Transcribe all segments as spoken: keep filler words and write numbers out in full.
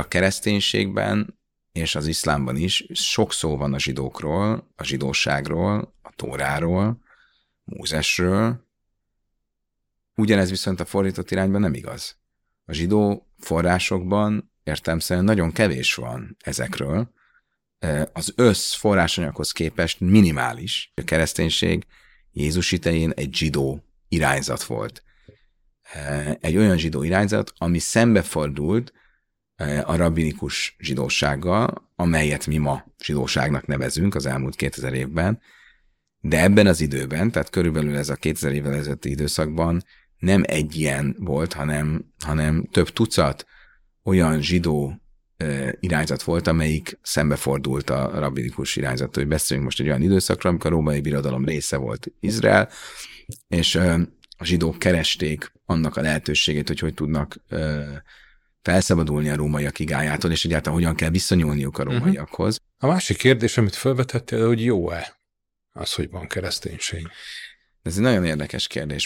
A kereszténységben és az iszlámban is sok szó van a zsidókról, a zsidóságról, a Tóráról, Mózesről. Ugyanez viszont a fordított irányban nem igaz. A zsidó forrásokban értelemszerűen nagyon kevés van ezekről. Az össz forrásanyaghoz képest minimális. A kereszténység Jézus idején egy zsidó irányzat volt. Egy olyan zsidó irányzat, ami szembefordult a rabbinikus zsidósággal, amelyet mi ma zsidóságnak nevezünk az elmúlt kétezer évben, de ebben az időben, tehát körülbelül ez a kétezer évvel ezelőtti időszakban nem egy ilyen volt, hanem, hanem több tucat olyan zsidó irányzat volt, amelyik szembefordult a rabbinikus irányzat. Hogy beszéljünk most egy olyan időszakra, amikor a római birodalom része volt Izrael, és a zsidók keresték annak a lehetőségét, hogy hogy tudnak felszabadulni a rómaiak igájától, és egyáltalán hogyan kell viszonyulniuk a rómaiakhoz. A másik kérdés, amit felvetettél, hogy jó-e az, hogy van kereszténység? Ez egy nagyon érdekes kérdés.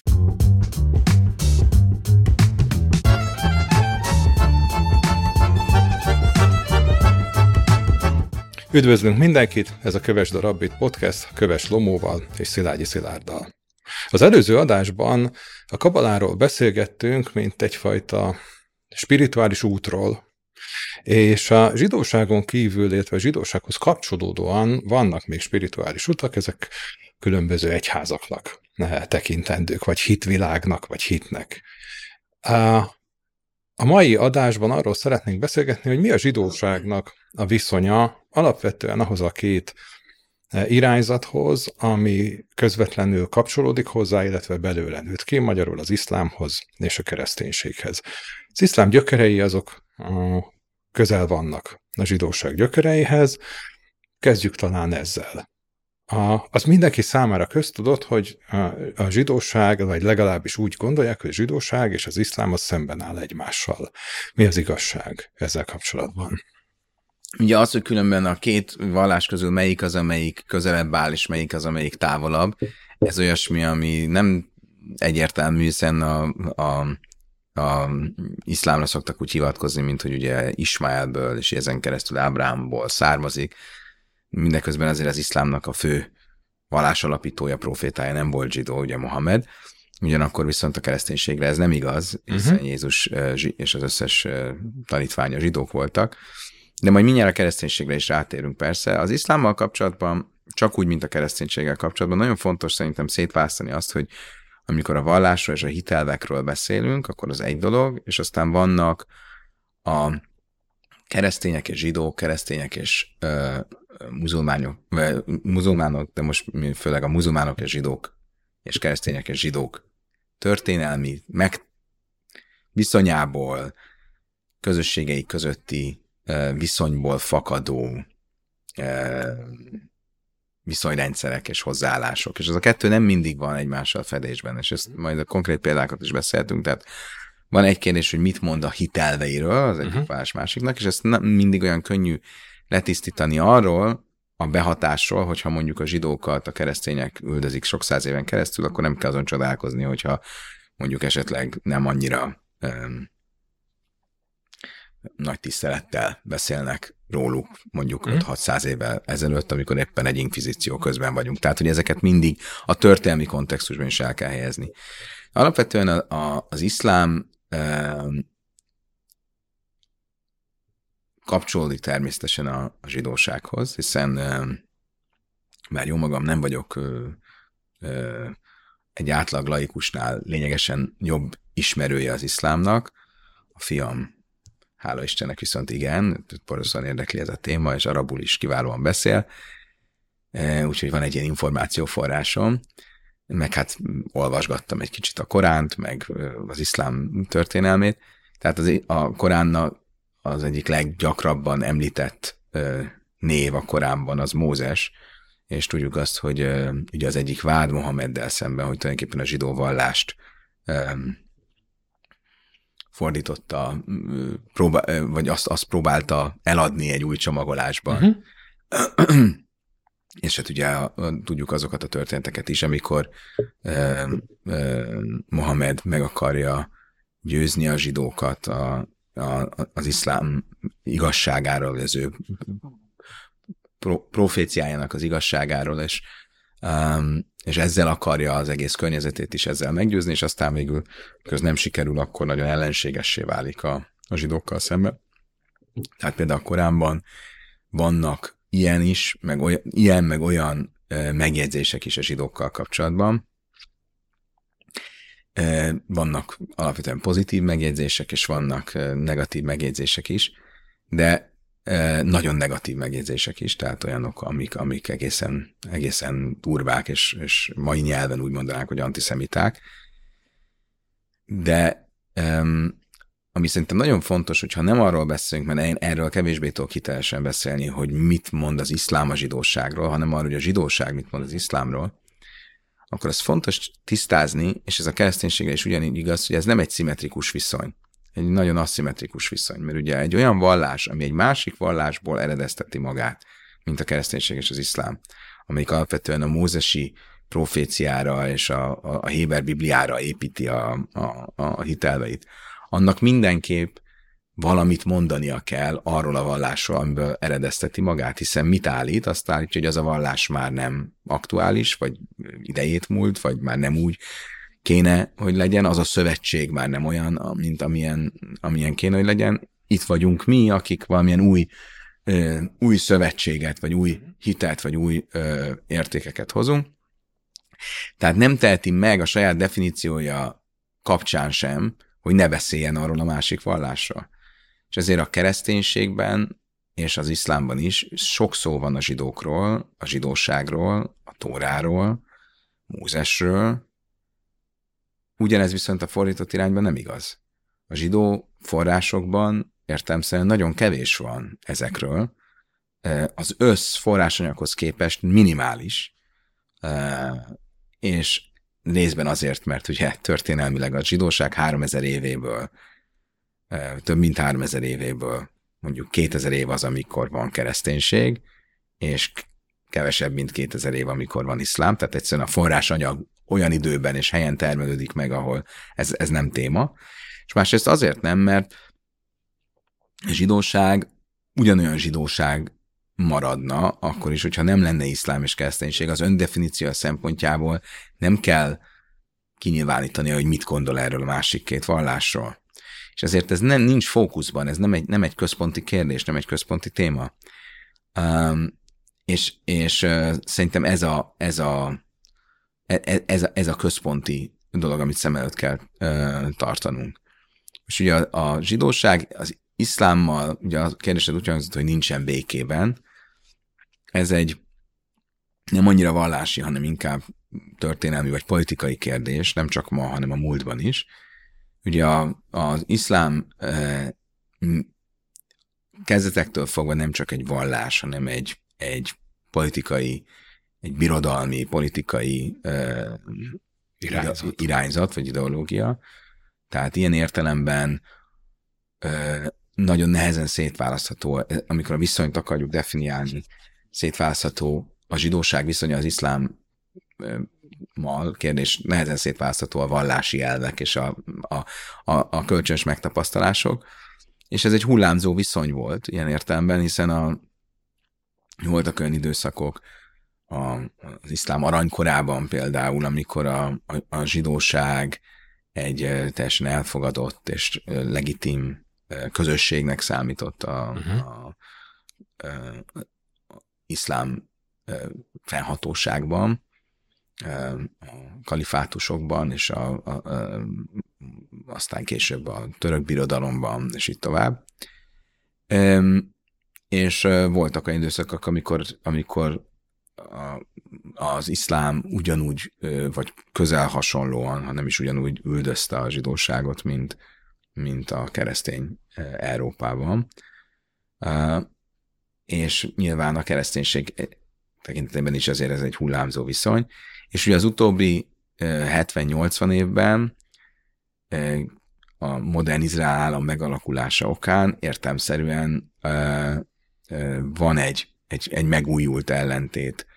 Üdvözlünk mindenkit, ez a Kövesd a Rabbit podcast Köves Lomóval és Szilágyi Szilárddal. Az előző adásban a kabaláról beszélgettünk, mint egyfajta spirituális útról, és a zsidóságon kívül, illetve a zsidósághoz kapcsolódóan vannak még spirituális utak, ezek különböző egyházaknak tekintendők, vagy hitvilágnak, vagy hitnek. A mai adásban arról szeretnénk beszélgetni, hogy mi a zsidóságnak a viszonya alapvetően ahhoz a két irányzathoz, ami közvetlenül kapcsolódik hozzá, illetve belőle nőtt ki, magyarul az iszlámhoz és a kereszténységhez. Az iszlám gyökerei azok közel vannak a zsidóság gyökereihez. Kezdjük talán ezzel. A, az mindenki számára köztudott, hogy a, a zsidóság, vagy legalábbis úgy gondolják, hogy a zsidóság és az iszlám az szemben áll egymással. Mi az igazság ezzel kapcsolatban? Ugye az, hogy különben a két vallás közül melyik az, amelyik közelebb áll, és melyik az, amelyik távolabb, ez olyasmi, ami nem egyértelmű, hiszen a, a, a iszlámra szoktak úgy hivatkozni, mint hogy ugye Ismaelből, és ezen keresztül Ábrahámból származik. Mindeközben azért az iszlámnak a fő vallásalapítója, profétája nem volt zsidó, ugye Mohamed. Ugyanakkor viszont a kereszténységre ez nem igaz, hiszen uh-huh. Jézus és az összes tanítványa zsidók voltak. De majd mindjárt a kereszténységre is rátérünk persze. Az iszlámmal kapcsolatban, csak úgy, mint a kereszténységgel kapcsolatban, nagyon fontos szerintem szétválasztani azt, hogy amikor a vallásról és a hitelvekről beszélünk, akkor az egy dolog, és aztán vannak a keresztények és zsidók, keresztények és ö, muzulmánok, ö, muzulmánok, de most főleg a muzulmánok és zsidók, és keresztények és zsidók történelmi meg viszonyából, közösségei közötti viszonyból fakadó viszonyrendszerek és hozzáállások. És az a kettő nem mindig van egymással fedésben, és ezt majd a konkrét példákat is beszéltünk, tehát van egy kérdés, hogy mit mond a hitelveiről az egyik uh-huh. vallás másiknak, és ezt nem mindig olyan könnyű letisztítani arról, a behatásról, hogyha mondjuk a zsidókat a keresztények üldözik sok száz éven keresztül, akkor nem kell azon csodálkozni, hogyha mondjuk esetleg nem annyira um, nagy tisztelettel beszélnek róluk mondjuk mm. öt-hatszáz évvel ezelőtt, amikor éppen egy inkvizíció közben vagyunk. Tehát, hogy ezeket mindig a történelmi kontextusban is el kell helyezni. Alapvetően a, a, az iszlám e, kapcsolódik természetesen a, a zsidósághoz, hiszen e, már jó magam nem vagyok e, e, egy átlag laikusnál lényegesen jobb ismerője az iszlámnak. A fiam hála Istennek viszont igen, pontosan érdekli ez a téma, és arabul is kiválóan beszél, úgyhogy van egy ilyen információforrásom, meg hát olvasgattam egy kicsit a Koránt, meg az iszlám történelmét, tehát az, a Koránnak az egyik leggyakrabban említett név a Koránban az Mózes, és tudjuk azt, hogy ugye az egyik vád Mohameddel szemben, hogy tulajdonképpen a zsidó vallást fordította, próbál, vagy azt, azt próbálta eladni egy új csomagolásban. Uh-huh. És hát ugye tudjuk azokat a történeteket is, amikor eh, eh, Mohamed meg akarja győzni a zsidókat a, a, az iszlám igazságáról, az ő pro, proféciájának az igazságáról, és, um, és ezzel akarja az egész környezetét is ezzel meggyőzni, és aztán végül, köz nem sikerül, akkor nagyon ellenségessé válik a, a zsidókkal szemben. Tehát például a Koránban vannak ilyen is, meg olyan, ilyen, meg olyan uh, megjegyzések is a zsidókkal kapcsolatban. Uh, vannak alapvetően pozitív megjegyzések, és vannak uh, negatív megjegyzések is, de uh, nagyon negatív megjegyzések is, tehát olyanok, amik, amik egészen, egészen durvák, és, és mai nyelven úgy mondanák, hogy antiszemiták. De um, ami szerintem nagyon fontos, hogyha nem arról beszélünk, mert én erről kevésbé tudok hitelesen beszélni, hogy mit mond az iszlám a zsidóságról, hanem arról, hogy a zsidóság mit mond az iszlámról, akkor az fontos tisztázni, és ez a kereszténységre is ugyanígy igaz, hogy ez nem egy szimmetrikus viszony. Egy nagyon aszimmetrikus viszony, mert ugye egy olyan vallás, ami egy másik vallásból eredezteti magát, mint a kereszténység és az iszlám, amelyik alapvetően a mózesi proféciára és a, a, a Héber Bibliára építi a, a, a hitelveit, annak mindenképp valamit mondania kell arról a vallásról, amiből eredezteti magát, hiszen mit állít? Azt állítja, hogy az a vallás már nem aktuális, vagy idejét múlt, vagy már nem úgy kéne, hogy legyen, az a szövetség már nem olyan, mint amilyen, amilyen kéne, hogy legyen. Itt vagyunk mi, akik valamilyen új, ö, új szövetséget, vagy új hitelt, vagy új ö, értékeket hozunk. Tehát nem teheti meg a saját definíciója kapcsán sem, hogy ne beszéljen arról a másik vallásról. És ezért a kereszténységben és az iszlámban is sok szó van a zsidókról, a zsidóságról, a Tóráról, Mózesről. Ugyanez viszont a fordított irányban nem igaz. A zsidó forrásokban értelemszerűen nagyon kevés van ezekről. Az össz forrásanyaghoz képest minimális, és részben azért, mert ugye történelmileg a zsidóság háromezer évéből, több mint háromezer évéből, mondjuk kétezer év az, amikor van kereszténység, és kevesebb, mint kétezer év, amikor van iszlám, tehát egyszerűen a forrásanyag olyan időben és helyen termelődik meg, ahol ez, ez nem téma. És másrészt azért nem, mert a zsidóság ugyanolyan zsidóság maradna, akkor is, hogyha nem lenne iszlám és kereszténység, az öndefiníció szempontjából nem kell kinyilvánítani, hogy mit gondol erről a másik két vallásról. És ezért ez nem, nincs fókuszban, ez nem egy, nem egy központi kérdés, nem egy központi téma. Um, és és uh, szerintem ez a, ez, a, ez, a, ez a központi dolog, amit szem előtt kell uh, tartanunk. És ugye a, a zsidóság az iszlámmal, ugye a kérdésed úgy hangzott, hogy nincsen békében. Ez egy nem annyira vallási, hanem inkább történelmi vagy politikai kérdés, nem csak ma, hanem a múltban is. Ugye a, az iszlám eh, kezdetektől fogva nem csak egy vallás, hanem egy, egy politikai, egy birodalmi, politikai eh, irányzat. irányzat, vagy ideológia. Tehát ilyen értelemben eh, nagyon nehezen szétválasztható, amikor a viszonyt akarjuk definiálni, szétválasztható a zsidóság viszonya az iszlám mal, kérdés, nehezen szétválasztható a vallási elvek és a, a, a, a kölcsönös megtapasztalások, és ez egy hullámzó viszony volt ilyen értelemben, hiszen a, voltak olyan időszakok a, az iszlám aranykorában például, amikor a, a, a zsidóság egy teljesen elfogadott és legitim közösségnek számított a, uh-huh. a, a, a iszlám fennhatóságban, a kalifátusokban, és a, a, a, aztán később a török birodalomban, és így tovább. És voltak olyan időszakok, amikor, amikor a, az iszlám ugyanúgy, vagy közel hasonlóan, ha nem is ugyanúgy üldözte a zsidóságot, mint, mint a keresztény Európában. És nyilván a kereszténység tekintetében is azért ez egy hullámzó viszony. És ugye az utóbbi hetven-nyolcvan évben a modern Izrael állam megalakulása okán értelemszerűen van egy, egy, egy megújult ellentét.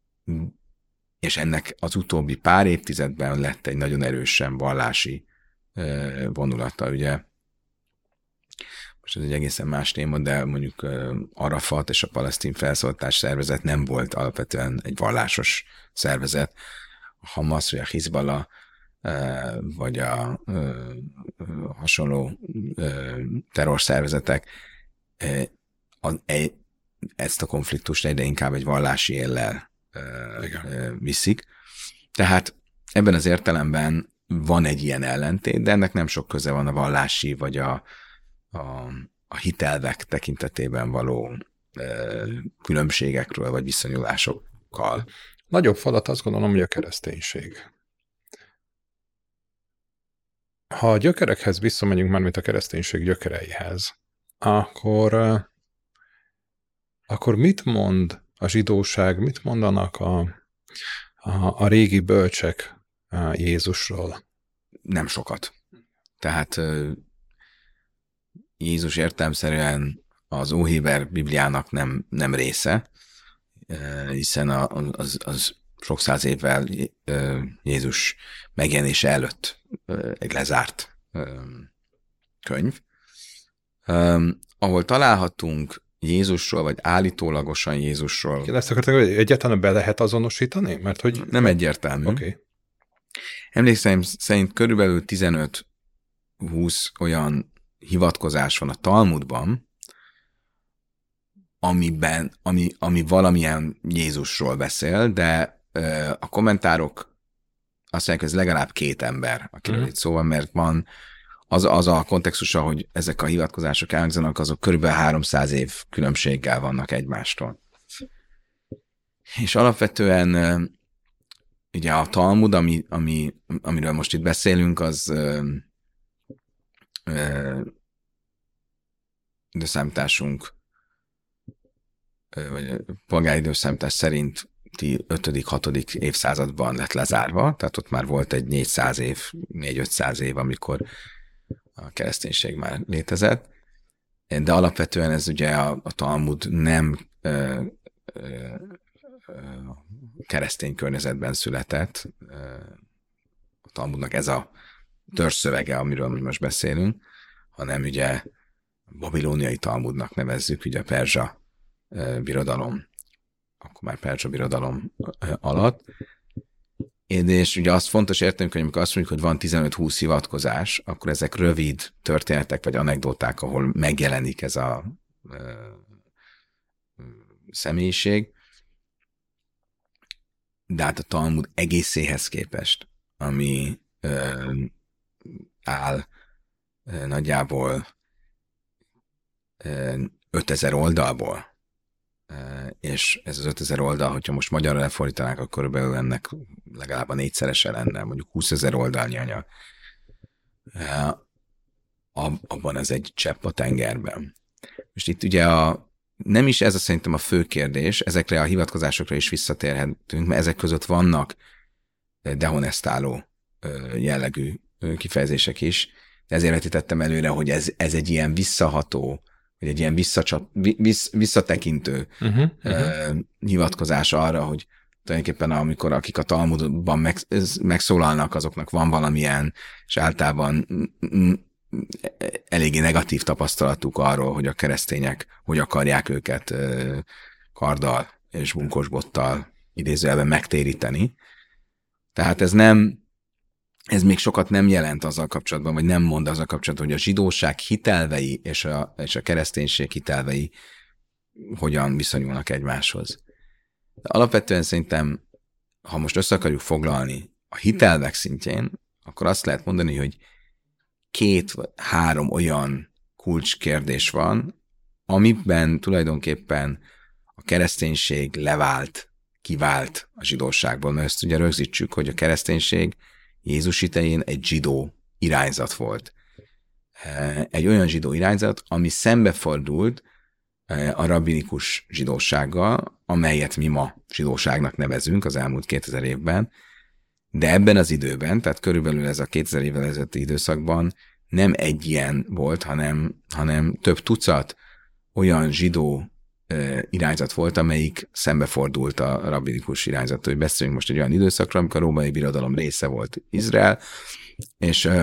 És ennek az utóbbi pár évtizedben lett egy nagyon erősen vallási vonulattal, ugye. Most ez egy egészen más téma, de mondjuk Arafat és a Palesztin Felszólítás Szervezet nem volt alapvetően egy vallásos szervezet. A Hamas vagy a Hizballah vagy a hasonló terrorszervezetek ezt a konfliktust egyre inkább egy vallási éllel Igen. viszik. Tehát ebben az értelemben van egy ilyen ellentét, de ennek nem sok köze van a vallási vagy a, a, a hitelvek tekintetében való e, különbségekről vagy viszonyulásokkal. Nagyobb falat azt gondolom, hogy a kereszténység. Ha a gyökerekhez visszamegyünk, már mint a kereszténység gyökereihez, akkor, akkor mit mond a zsidóság, mit mondanak a, a, a régi bölcsek Jézusról? Nem sokat. Tehát Jézus értelemszerűen az Óhéber Bibliának nem, nem része, hiszen az, az sok száz évvel Jézus megjelenése előtt egy lezárt könyv, ahol találhatunk Jézusról, vagy állítólagosan Jézusról. Ezt akartam, hogy egyáltalán be lehet azonosítani? Mert hogy... Nem egyértelmű. Okay. Emlékszem szerint körülbelül tizenöt-húsz olyan hivatkozás van a Talmudban, amiben, ami, ami valamilyen Jézusról beszél, de ö, a kommentárok azt mondják, hogy ez legalább két ember, akiről mm. itt szó van, mert van az, az a kontextusa, hogy ezek a hivatkozások elhangzanak, azok körülbelül háromszáz év különbséggel vannak egymástól. És alapvetően ö, ugye a Talmud, ami, ami, amiről most itt beszélünk, az ö, ö, időszámításunk vagy polgári időszámítás szerint ötödik-hatodik évszázadban lett lezárva, tehát ott már volt egy négyszáz év, négy-ötszáz év, amikor a kereszténység már létezett, de alapvetően ez ugye a, a Talmud nem ö, ö, ö, keresztény környezetben született. A Talmudnak ez a törzszövege, amiről mi most beszélünk, hanem ugye babilóniai Talmudnak nevezzük, ugye a perzsa birodalom, akkor már perzsa birodalom alatt. És ugye azt fontos érteni, hogy amikor azt mondjuk, hogy van tizenöt-húsz hivatkozás, akkor ezek rövid történetek vagy anekdoták, ahol megjelenik ez a ö, személyiség. De hát a Talmud egészéhez képest, ami ö, áll ö, nagyjából ö, ötezer oldalból, és ez az ötezer oldal, hogyha most magyarra lefordítanák, akkor körülbelül ennek legalább a négyszerese lenne, mondjuk húszezer oldalnyi anyag. Abban ez egy csepp a tengerben. Most itt ugye a, nem is ez a szerintem a fő kérdés, ezekre a hivatkozásokra is visszatérhetünk, mert ezek között vannak dehonestáló jellegű kifejezések is, de ezért vetítettem előre, hogy ez, ez egy ilyen visszaható, vagy egy ilyen visszacsat, vissz, visszatekintő uh-huh, uh-huh. hivatkozás arra, hogy tulajdonképpen amikor akik a Talmudban meg, megszólalnak, azoknak van valamilyen, és általában eléggé negatív tapasztalatuk arról, hogy a keresztények hogy akarják őket karddal és bunkosbottal idézőjelben megtéríteni. Tehát ez nem, ez még sokat nem jelent azzal kapcsolatban, vagy nem mond azzal kapcsolatban, hogy a zsidóság hitelvei és a, és a kereszténység hitelvei hogyan viszonyulnak egymáshoz. De alapvetően szerintem, ha most össze akarjuk foglalni a hitelvek szintjén, akkor azt lehet mondani, hogy két vagy három olyan kulcskérdés van, amiben tulajdonképpen a kereszténység levált, kivált a zsidóságból. Mert ezt ugye rögzítsük, hogy a kereszténység Jézus idején egy zsidó irányzat volt. Egy olyan zsidó irányzat, ami szembefordult a rabbinikus zsidósággal, amelyet mi ma zsidóságnak nevezünk az elmúlt kétezer évben, de ebben az időben, tehát körülbelül ez a kétezer évvel ezelőtti időszakban nem egy ilyen volt, hanem, hanem több tucat olyan zsidó irányzat volt, amelyik szembefordult a rabbinikus irányzattól, hogy beszéljünk most egy olyan időszakra, amikor a római birodalom része volt Izrael, és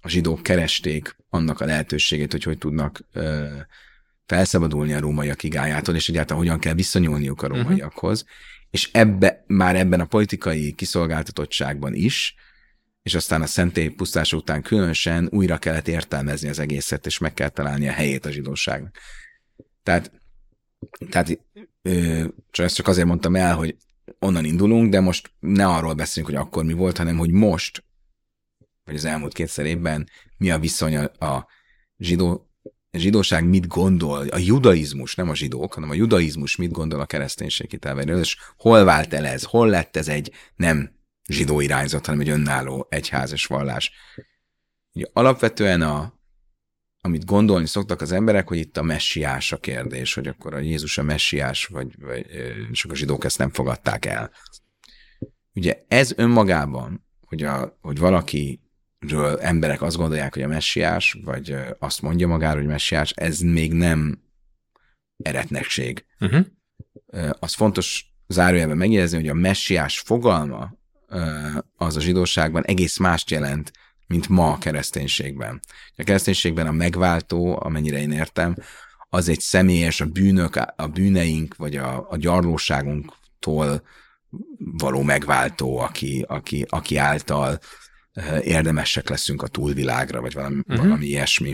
a zsidók keresték annak a lehetőségét, hogy hogy tudnak ö, felszabadulni a rómaiak igájától, és egyáltalán hogyan kell viszonyulniuk a rómaiakhoz, uh-huh. és ebbe, már ebben a politikai kiszolgáltatottságban is, és aztán a szentély pusztása után különösen újra kellett értelmezni az egészet, és meg kell találni a helyét a zsidóságnak. Tehát, tehát ö, csak ezt csak azért mondtam el, hogy onnan indulunk, de most ne arról beszélünk, hogy akkor mi volt, hanem hogy most, vagy az elmúlt kétszer évben mi a viszony a, a zsidó a zsidóság mit gondol, a judaizmus, nem a zsidók, hanem a judaizmus mit gondol a kereszténység hitelvéről, és hol vált el ez, hol lett ez egy nem zsidó irányzat, hanem egy önálló egyházas vallás. Ugye alapvetően a, amit gondolni szoktak az emberek, hogy itt a messiás a kérdés, hogy akkor a Jézus a messiás, vagy, vagy csak a zsidók ezt nem fogadták el. Ugye ez önmagában, hogy, a, hogy valaki ről emberek azt gondolják, hogy a messiás, vagy azt mondja magáról, hogy messiás, ez még nem eretnekség. Uh-huh. Az fontos zárójelben megjegyezni, hogy a messiás fogalma az a zsidóságban egész mást jelent, mint ma a kereszténységben. A kereszténységben a megváltó, amennyire én értem, az egy személyes, a bűnök, a bűneink, vagy a, a gyarlóságunktól való megváltó, aki, aki, aki által érdemesek leszünk a túlvilágra, vagy valami, uh-huh. valami ilyesmi.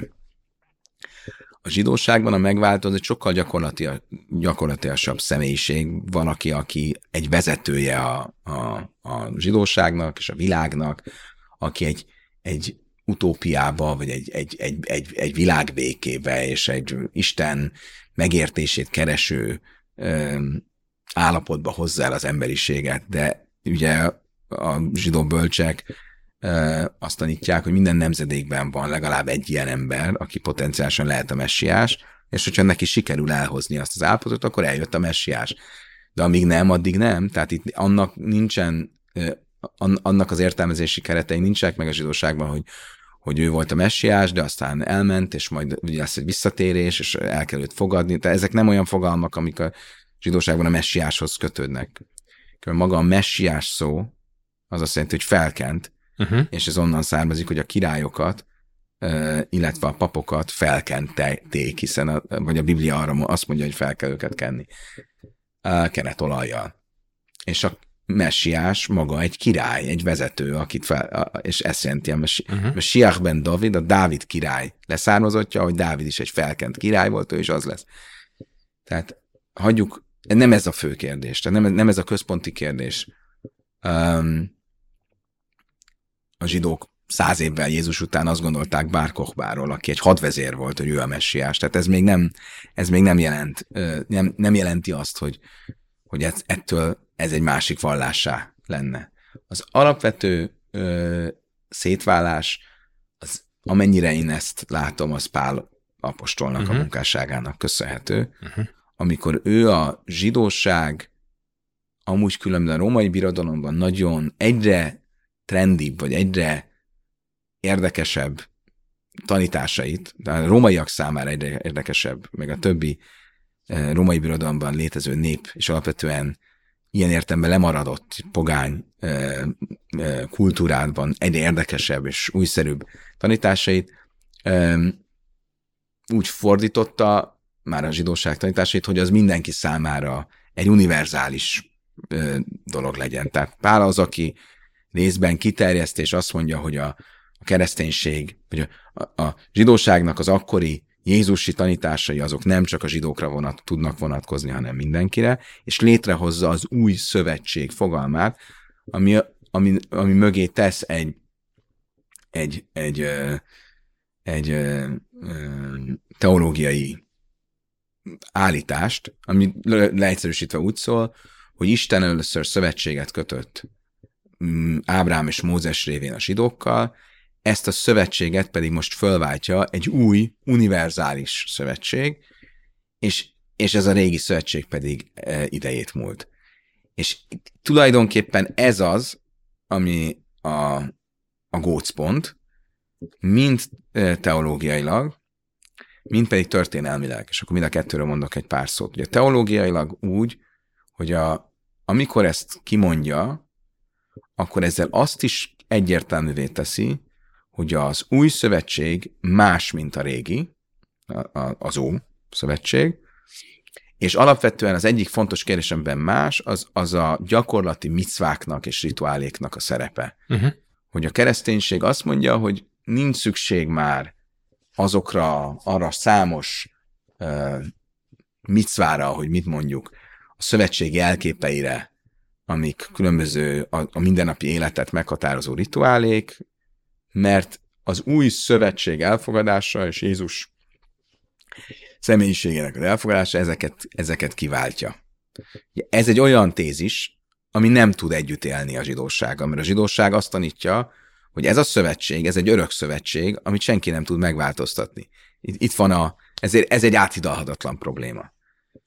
A zsidóságban a megváltó az egy sokkal gyakorlatilag, gyakorlatilasabb személyiség. Van, aki, aki egy vezetője a, a, a zsidóságnak és a világnak, aki egy, egy utópiába, vagy egy, egy, egy, egy, egy világbékébe, és egy Isten megértését kereső ö, állapotba hozza el az emberiséget. De ugye a zsidó bölcsek azt tanítják, hogy minden nemzedékben van legalább egy ilyen ember, aki potenciálisan lehet a messiás, és hogyha neki sikerül elhozni azt az állapotot, akkor eljött a messiás. De amíg nem, addig nem. Tehát itt annak nincsen, annak az értelmezési keretei nincsenek meg a zsidóságban, hogy, hogy ő volt a messiás, de aztán elment, és majd ugye lesz egy visszatérés, és el kell őt fogadni. Tehát ezek nem olyan fogalmak, amik a zsidóságban a messiáshoz kötődnek. Maga a messiás szó, az azt jelenti, hogy felkent, Uh-huh. és ez onnan származik, hogy a királyokat, illetve a papokat felkenték, hiszen a, vagy a Biblia arra azt mondja, hogy fel kell őket kenni kenetolajjal. És a messiás maga egy király, egy vezető, akit fel, és ezt jelenti a messi, uh-huh. Messiás ben David, a Dávid király leszármazottja, hogy Dávid is egy felkent király volt, ő is az lesz. Tehát hagyjuk, nem ez a fő kérdés, tehát nem, nem ez a központi kérdés. Um, A zsidók száz évvel Jézus után azt gondolták Bár Kochbáról, aki egy hadvezér volt, hogy ő a messiás. Tehát ez még nem, ez még nem jelent, nem, nem jelenti azt, hogy, hogy ez, ettől ez egy másik vallássá lenne. Az alapvető ö, szétválás, az, amennyire én ezt látom, az Pál apostolnak uh-huh. a munkásságának köszönhető, uh-huh. amikor ő a zsidóság amúgy különben a római birodalomban nagyon egyre trendibb, vagy egyre érdekesebb tanításait, de a rómaiak számára egyre érdekesebb, meg a többi római birodalomban létező nép, és alapvetően ilyen értelemben lemaradott pogány kultúrában egyre érdekesebb és újszerűbb tanításait úgy fordította már a zsidóság tanításait, hogy az mindenki számára egy univerzális dolog legyen. Tehát Pál az, aki részben kiterjeszt, és azt mondja, hogy a, a kereszténység, vagy a, a zsidóságnak az akkori jézusi tanításai azok nem csak a zsidókra vonat, tudnak vonatkozni, hanem mindenkire, és létrehozza az új szövetség fogalmát, ami, ami, ami mögé tesz egy, egy, egy, egy, egy teológiai állítást, ami leegyszerűsítve úgy szól, hogy Isten először szövetséget kötött Ábrám és Mózes révén a zsidókkal, ezt a szövetséget pedig most fölváltja egy új, univerzális szövetség, és, és ez a régi szövetség pedig e, idejét múlt. És tulajdonképpen ez az, ami a, a gócpont, mind teológiailag, mind pedig történelmileg. És akkor mind a kettőről mondok egy pár szót. Ugye teológiailag úgy, hogy a, amikor ezt kimondja, akkor ezzel azt is egyértelművé teszi, hogy az új szövetség más, mint a régi, az Ó szövetség, és alapvetően az egyik fontos kérdés, amiben más, az, az a gyakorlati micváknak és rituáléknak a szerepe. Uh-huh. Hogy a kereszténység azt mondja, hogy nincs szükség már azokra, arra számos uh, micvára, hogy mit mondjuk, a szövetség jelképeire, amik különböző a, a mindennapi életet meghatározó rituálék, mert az új szövetség elfogadása és Jézus személyiségének az elfogadása ezeket, ezeket kiváltja. Ez egy olyan tézis, ami nem tud együtt élni a zsidóssággal, mert a zsidóság azt tanítja, hogy ez a szövetség, ez egy örök szövetség, amit senki nem tud megváltoztatni. Itt, itt van a, ezért ez egy áthidalhatatlan probléma.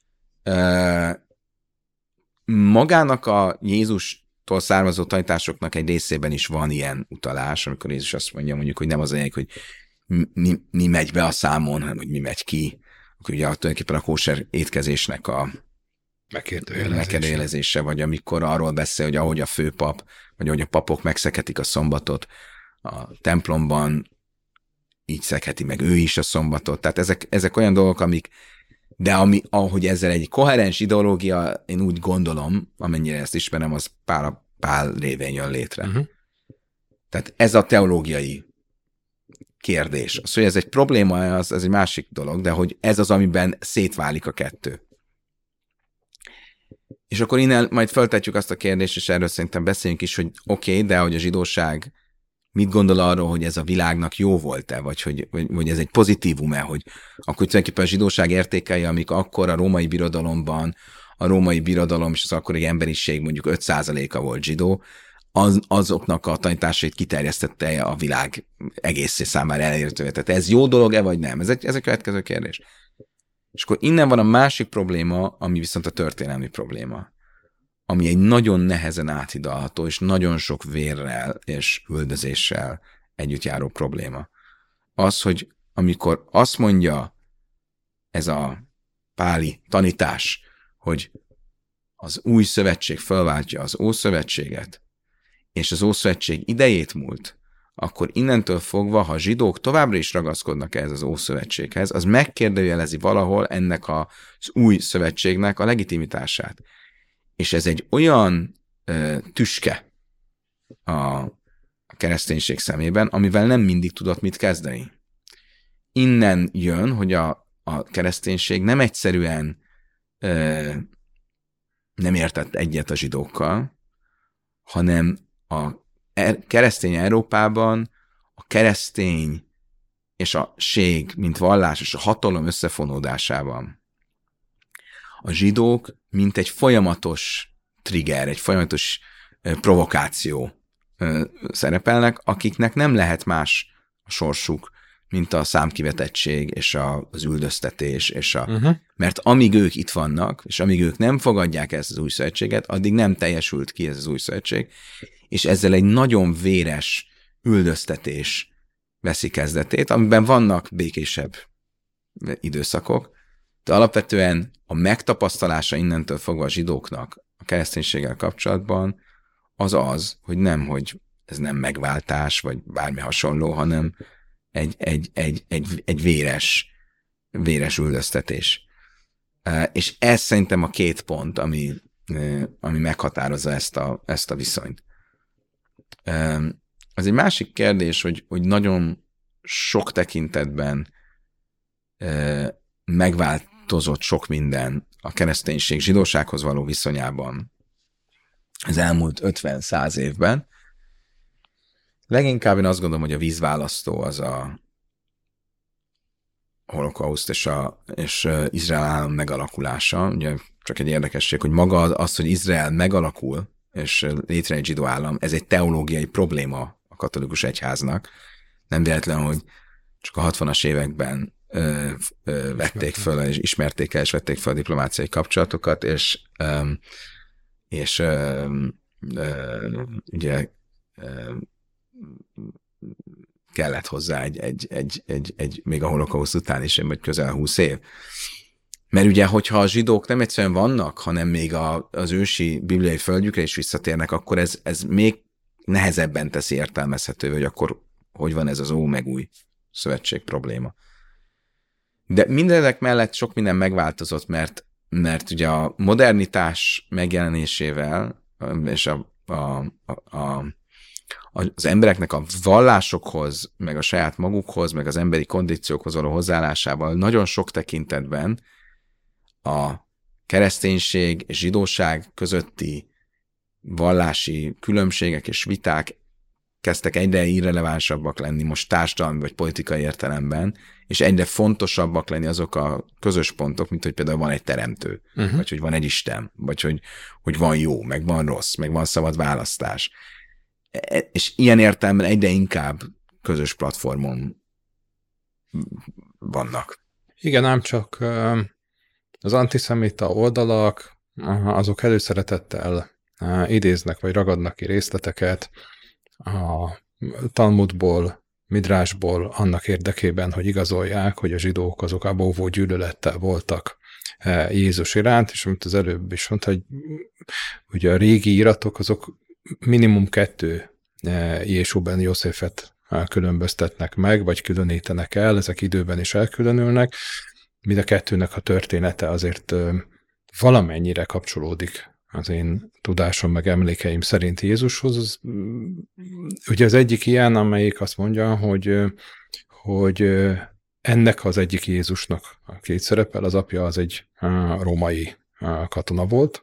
Magának a Jézustól származó tanításoknak egy részében is van ilyen utalás, amikor Jézus azt mondja mondjuk, hogy nem az anyag, hogy mi, mi megy be a számon, hanem hogy mi megy ki. Akkor ugye tulajdonképpen a kóser étkezésnek a megkérdőjelezése, vagy amikor arról beszél, hogy ahogy a főpap, vagy ahogy a papok megszeketik a szombatot a templomban, így szekheti meg ő is a szombatot. Tehát ezek, ezek olyan dolgok, amik, de ami, ahogy ezzel egy koherens ideológia, én úgy gondolom, amennyire ezt ismerem, az Pál, Pál révén jön létre. Uh-huh. Tehát ez a teológiai kérdés. Az, hogy ez egy probléma, az, az egy másik dolog, de hogy ez az, amiben szétválik a kettő. És akkor innen majd feltetjük azt a kérdést, és erről szerintem beszéljünk is, hogy oké, okay, de hogy a zsidóság mit gondol arról, hogy ez a világnak jó volt-e, vagy hogy, vagy, vagy ez egy pozitívum-e, hogy akkor tulajdonképpen a zsidóság értékei, amik akkor a római birodalomban, a római birodalom és az akkori emberiség mondjuk öt százaléka volt zsidó, az, azoknak a tanításait kiterjesztette a világ egész számára elérhetővé. Tehát ez jó dolog-e, vagy nem? Ez egy, ez egy következő kérdés. És akkor innen van a másik probléma, ami viszont a történelmi probléma, ami egy nagyon nehezen áthidalható, és nagyon sok vérrel és üldözéssel együtt járó probléma. Az, hogy amikor azt mondja ez a páli tanítás, hogy az új szövetség felváltja az Ószövetséget, és az Ószövetség idejét múlt, akkor innentől fogva, ha a zsidók továbbra is ragaszkodnak ehhez az Ószövetséghez, az megkérdőjelezi valahol ennek az új szövetségnek a legitimitását. És ez egy olyan ö, tüske a, a kereszténység szemében, amivel nem mindig tudott mit kezdeni. Innen jön, hogy a, a kereszténység nem egyszerűen ö, nem értett egyet a zsidókkal, hanem a keresztény Európában a keresztény és a ség, mint vallás és a hatalom összefonódásában a zsidók, mint egy folyamatos trigger, egy folyamatos provokáció szerepelnek, akiknek nem lehet más a sorsuk, mint a számkivetettség és a, az üldöztetés, és a, uh-huh. mert amíg ők itt vannak, és amíg ők nem fogadják ezt az új szövetséget, addig nem teljesült ki ez az új szövetség, és ezzel egy nagyon véres üldöztetés veszi kezdetét, amiben vannak békésebb időszakok, de alapvetően a megtapasztalása innentől fogva a zsidóknak a kereszténységgel kapcsolatban az az, hogy nem, hogy ez nem megváltás, vagy bármi hasonló, hanem egy, egy, egy, egy, egy véres, véres üldöztetés. És ez szerintem a két pont, ami, ami meghatározza ezt a, ezt a viszonyt. Az egy másik kérdés, hogy, hogy nagyon sok tekintetben megváltozott sok minden a kereszténység zsidósághoz való viszonyában az elmúlt ötven-száz évben. Leginkább én azt gondolom, hogy a vízválasztó az a holokauszt és, a, és Izrael állam megalakulása. Ugye csak egy érdekesség, hogy maga az, hogy Izrael megalakul, és létrejön egy zsidó állam, ez egy teológiai probléma a katolikus egyháznak. Nem véletlen, hogy csak a hatvanas években ö, ö, vették föl, és ismerték el, és vették fel a diplomáciai kapcsolatokat, és, ö, és ö, ö, ugye ö, kellett hozzá egy, egy, egy, egy, egy még a holokauszt után is, vagy közel húsz év. Mert ugye, hogyha a zsidók nem egyszerűen vannak, hanem még a, az ősi bibliai földjükre is visszatérnek, akkor ez, ez még nehezebben teszi értelmezhető, hogy akkor hogy van ez az ó meg új szövetség probléma. De mindenek mellett sok minden megváltozott, mert, mert ugye a modernitás megjelenésével és a, a, a, a, az embereknek a vallásokhoz, meg a saját magukhoz, meg az emberi kondíciókhoz való hozzáállásával nagyon sok tekintetben a kereszténység és zsidóság közötti vallási különbségek és viták kezdtek egyre irrelevánsabbak lenni most társadalmi vagy politikai értelemben, és egyre fontosabbak lenni azok a közös pontok, mint hogy például van egy teremtő, uh-huh. vagy hogy van egy Isten, vagy hogy, hogy van jó, meg van rossz, meg van szabad választás. És ilyen értelemben egyre inkább közös platformon vannak. Igen, ám csak az antiszemita oldalak, azok előszeretettel idéznek, vagy ragadnak ki részleteket a Talmudból, Midrásból annak érdekében, hogy igazolják, hogy a zsidók azok abóvó gyűlölettel voltak Jézus iránt, és amit az előbb is mondta, hogy ugye a régi iratok azok minimum kettő Jésúben Józsefet különböztetnek meg, vagy különítenek el, ezek időben is elkülönülnek, mind a kettőnek a története azért valamennyire kapcsolódik az én tudásom meg emlékeim szerint Jézushoz. Az, ugye az egyik ilyen, amelyik azt mondja, hogy, hogy ennek az egyik Jézusnak a két szerepel, az apja az egy római katona volt,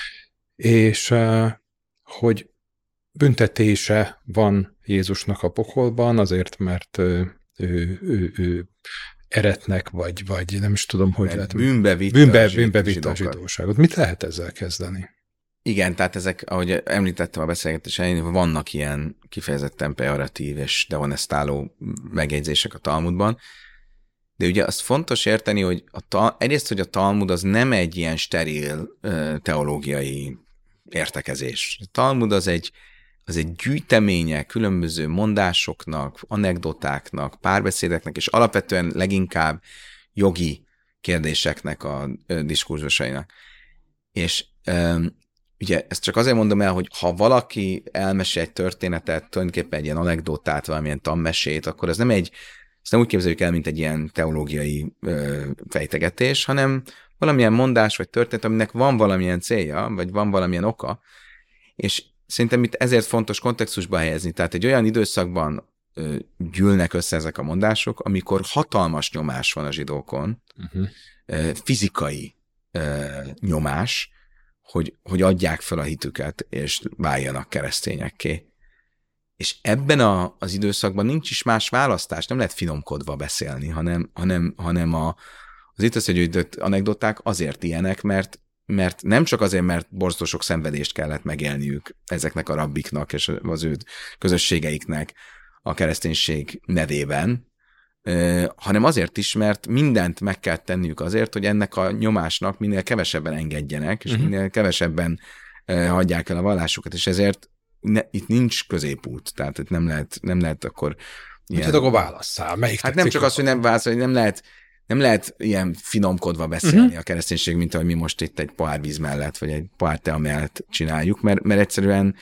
és hogy büntetése van Jézusnak a pokolban, azért, mert ő, ő, ő, ő eretnek, vagy, vagy nem is tudom, hogy lehet. Bűnbe vitte bűnbe, a, zsid, bűnbe vitte a zsidóságot. Mit lehet ezzel kezdeni? Igen, tehát ezek, ahogy említettem a beszélgetés elején, vannak ilyen kifejezetten pejoratív és dehonestáló megjegyzések a Talmudban, de ugye azt fontos érteni, hogy a ta, egyrészt, hogy a Talmud az nem egy ilyen steril teológiai értekezés. A Talmud az egy az egy gyűjteménye különböző mondásoknak, anekdotáknak, párbeszédeknek, és alapvetően leginkább jogi kérdéseknek a diskurzusainak. És um, ugye ezt csak azért mondom el, hogy ha valaki elmesél egy történetet, tulajdonképpen egy ilyen anekdotát, valamilyen tanmesét, akkor ez nem egy, ezt nem úgy képzeljük el, mint egy ilyen teológiai ö, fejtegetés, hanem valamilyen mondás vagy történet, aminek van valamilyen célja, vagy van valamilyen oka, és szerintem itt ezért fontos kontextusba helyezni. Tehát egy olyan időszakban ö, gyűlnek össze ezek a mondások, amikor hatalmas nyomás van a zsidókon, uh-huh. ö, fizikai ö, nyomás, hogy, hogy adják fel a hitüket, és váljanak keresztényekké. És ebben a, az időszakban nincs is más választás, nem lehet finomkodva beszélni, hanem, hanem, hanem a, az itt összegyűjtött anekdoták azért ilyenek, mert mert nem csak azért, mert borzasztó sok szenvedést kellett megélniük ezeknek a rabbiknak és az ő közösségeiknek a kereszténység nevében, hanem azért is, mert mindent meg kell tenniük azért, hogy ennek a nyomásnak minél kevesebben engedjenek, és uh-huh. minél kevesebben hagyják el a vallásukat, és ezért ne, itt nincs középút, tehát itt nem lehet, nem lehet akkor ilyen... Hát akkor válasszál, melyik Hát nem csak az, hogy nem válasz, hogy nem lehet Nem lehet ilyen finomkodva beszélni uh-huh. a kereszténység, mint ahogy mi most itt egy pohár víz mellett, vagy egy pohár tea mellett csináljuk, mert, mert egyszerűen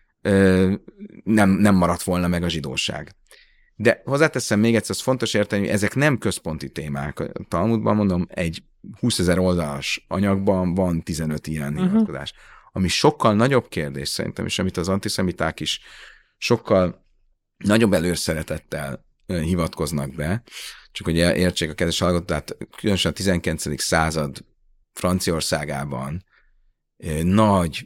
ö, nem, nem maradt volna meg a zsidóság. De hozzáteszem még egyszer, az fontos érteni, hogy ezek nem központi témák. A Talmudban mondom, egy húszezer oldalas anyagban van tizenöt ilyen uh-huh. hivatkozás, ami sokkal nagyobb kérdés szerintem, és amit az antiszemiták is sokkal nagyobb előszeretettel hivatkoznak be, csak hogy értsék a kedves hallgatók, tehát különösen a tizenkilencedik század Franciaországában nagy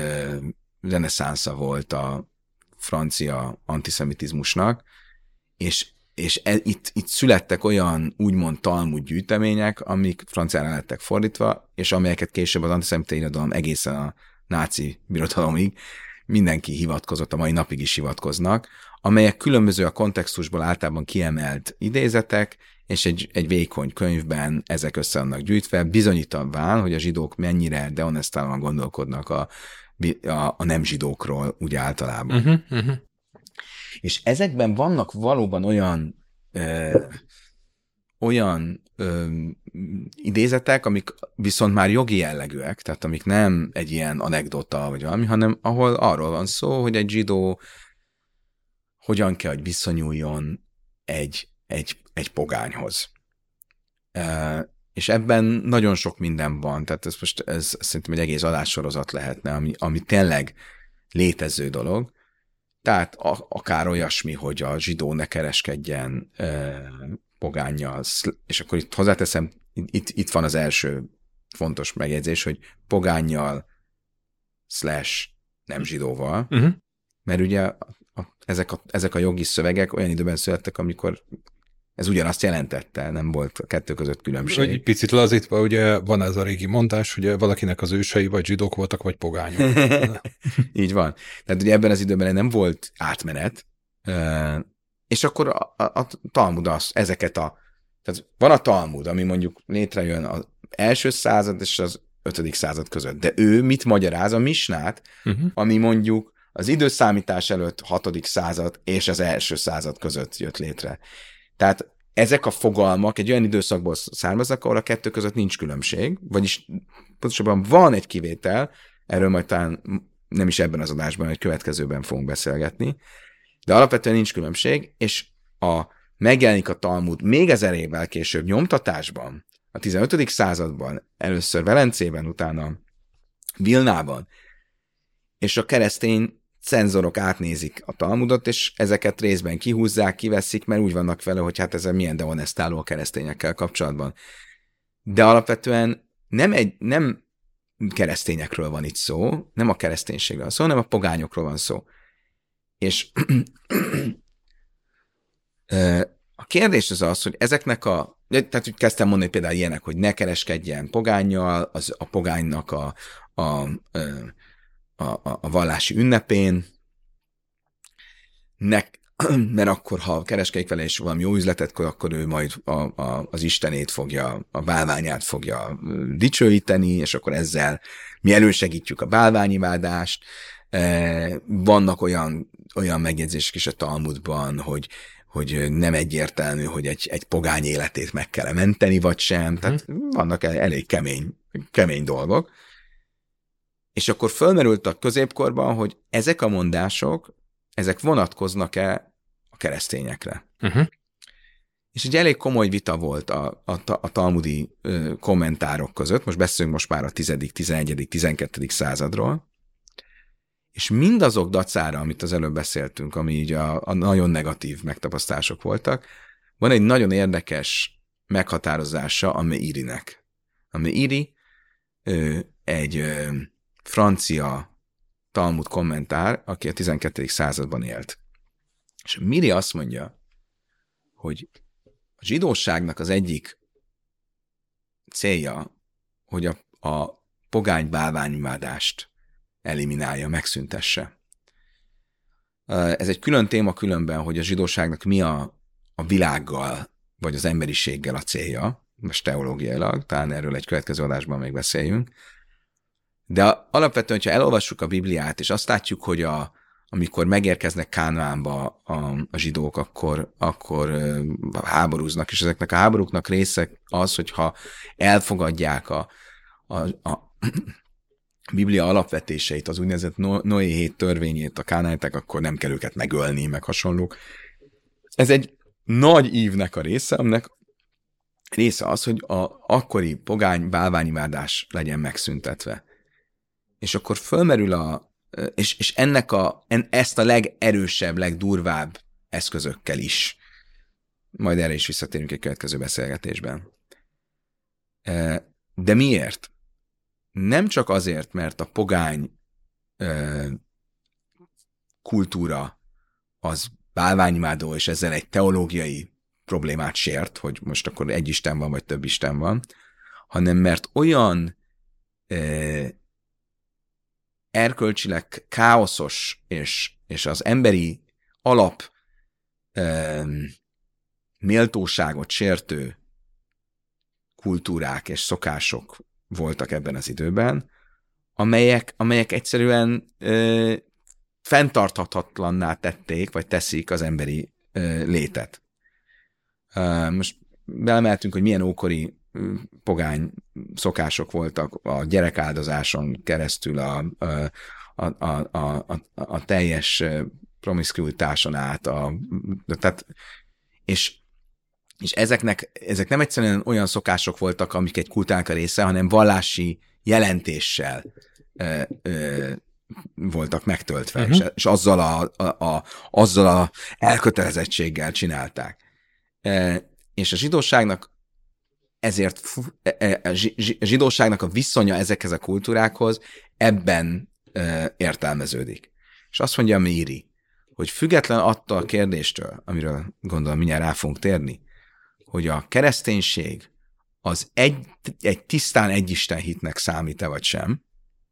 reneszánsza volt a francia antiszemitizmusnak, és, és e, itt, itt születtek olyan úgymond Talmud gyűjtemények, amik franciára lettek fordítva, és amelyeket később az antiszemita irodalom egészen a náci birodalomig mindenki hivatkozott, a mai napig is hivatkoznak, amelyek különböző a kontextusból általában kiemelt idézetek, és egy, egy vékony könyvben ezek össze vannak gyűjtve, bizonyítván, hogy a zsidók mennyire dehonestálóan gondolkodnak a, a, a nem zsidókról úgy általában. Uh-huh, uh-huh. És ezekben vannak valóban olyan ö, olyan ö, idézetek, amik viszont már jogi jellegűek, tehát amik nem egy ilyen anekdota vagy valami, hanem ahol arról van szó, hogy egy zsidó hogyan kell, hogy viszonyuljon egy, egy, egy pogányhoz. Uh, és ebben nagyon sok minden van, tehát ez most ez szerintem egy egész adássorozat lehetne, ami, ami tényleg létező dolog. Tehát a, akár olyasmi, hogy a zsidó ne kereskedjen uh, pogánnyal, és akkor itt hozzáteszem, itt, itt van az első fontos megjegyzés, hogy pogánnyal slash nem zsidóval, uh-huh. mert ugye a, a, ezek, a, ezek a jogi szövegek olyan időben születtek, amikor ez ugyanazt jelentette, nem volt a kettő között különbség. Egy picit lazítva, ugye van ez a régi mondás, hogy valakinek az ősei vagy zsidók voltak, vagy pogányok. Így van. Tehát ugye ebben az időben nem volt átmenet, és akkor a, a, a Talmud az, ezeket a, tehát van a Talmud, ami mondjuk létrejön az első század és az ötödik század között, de ő mit magyaráz? A misnát, uh-huh. ami mondjuk az időszámítás előtt hatodik század és az első század között jött létre. Tehát ezek a fogalmak egy olyan időszakból származnak, ahol a kettő között nincs különbség, vagyis pontosabban van egy kivétel, erről majd talán nem is ebben az adásban, hogy következőben fogunk beszélgetni, de alapvetően nincs különbség, és a megjelenik a Talmud még ezer évvel később nyomtatásban, a tizenötödik században, először Velencében, utána Vilnában, és a keresztény cenzorok átnézik a Talmudot, és ezeket részben kihúzzák, kiveszik, mert úgy vannak vele, hogy hát ez milyen dehonestáló a keresztényekkel kapcsolatban. De alapvetően nem, egy, nem keresztényekről van itt szó, nem a kereszténységről szó, hanem a pogányokról van szó. És a kérdés az az, hogy ezeknek a, tehát úgy kezdtem mondani például ilyenek, hogy ne kereskedjen pogánnyal, az a pogánynak a, a, a, a, a vallási ünnepén, ne, mert akkor, ha kereskedik vele, és valami jó üzletet, akkor ő majd a, a, az istenét fogja, a bálványát fogja dicsőíteni, és akkor ezzel mi elősegítjük a bálványimádást. Vannak olyan, olyan megjegyzések is a Talmudban, hogy hogy nem egyértelmű, hogy egy, egy pogány életét meg kell menteni, vagy sem. Tehát hmm. vannak elég kemény, kemény dolgok. És akkor fölmerült a középkorban, hogy ezek a mondások, ezek vonatkoznak-e a keresztényekre. Uh-huh. És egy elég komoly vita volt a, a, a talmudi ö, kommentárok között, most beszélünk most már a tizedik, tizenegyedik, tizenkettedik századról, és mindazok dacára, amit az előbb beszéltünk, ami így a, a nagyon negatív megtapasztások voltak, van egy nagyon érdekes meghatározása a Meirinek. A Meiri ö, egy ö, francia Talmud kommentár, aki a tizenkettedik században élt. És a Meiri azt mondja, hogy a zsidóságnak az egyik célja, hogy a, a pogány bálványimádást eliminálja, megszüntesse. Ez egy külön téma különben, hogy a zsidóságnak mi a, a világgal, vagy az emberiséggel a célja, most teológiailag, talán erről egy következő adásban még beszéljünk. De alapvetően, hogyha elolvassuk a Bibliát, és azt látjuk, hogy a, amikor megérkeznek Kánaánba a, a zsidók, akkor, akkor háborúznak, és ezeknek a háborúknak része az, hogyha elfogadják a, a, a Biblia alapvetéseit, az úgynevezett Noé hét törvényét, a kánaániták, akkor nem kell őket megölni, meg hasonlók. Ez egy nagy ívnek a része, aminek része az, hogy a akkori pogány bálványimádás legyen megszüntetve. És akkor fölmerül a, és, és ennek a, en, ezt a legerősebb, legdurvább eszközökkel is. Majd erre is visszatérünk egy következő beszélgetésben. De miért? Nem csak azért, mert a pogány ö, kultúra az bálványimádó, és ezzel egy teológiai problémát sért, hogy most akkor egy isten van, vagy több isten van, hanem mert olyan ö, erkölcsileg káoszos, és, és az emberi alap ö, méltóságot sértő kultúrák és szokások voltak ebben az időben, amelyek, amelyek egyszerűen ö, fenntarthatatlanná tették, vagy teszik az emberi ö, létet. Ö, most belemeltünk, hogy milyen ókori ö, pogány szokások voltak a gyerekáldozáson keresztül a, a, a, a, a, a teljes promiszkuitáson át, a, tehát, és, és ezeknek, ezek nem egyszerűen olyan szokások voltak, amik egy kultúrának a része, hanem vallási jelentéssel ö, ö, voltak megtöltve, uh-huh. és, és azzal, a, a, a, azzal a elkötelezettséggel csinálták. E, és a zsidóságnak ezért a zsidóságnak a viszonya ezekhez a kultúrákhoz ebben e, értelmeződik. És azt mondja a Méri, hogy független attól a kérdéstől, amiről gondolom mindjárt rá fogunk térni, hogy a kereszténység az egy, egy tisztán egyisten hitnek számít-e vagy sem,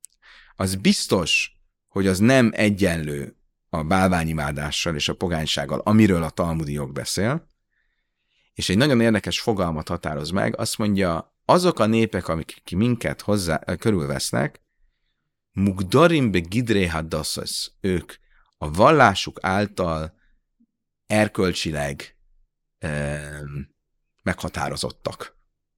az biztos, hogy az nem egyenlő a bálványimádással és a pogánysággal, amiről a talmudi jog beszél, és egy nagyon érdekes fogalmat határoz meg, azt mondja, azok a népek, amik ki minket hozzá, körülvesznek, mugdarim be gidrei hadassos, ők a vallásuk által erkölcsileg eh, meghatározottak.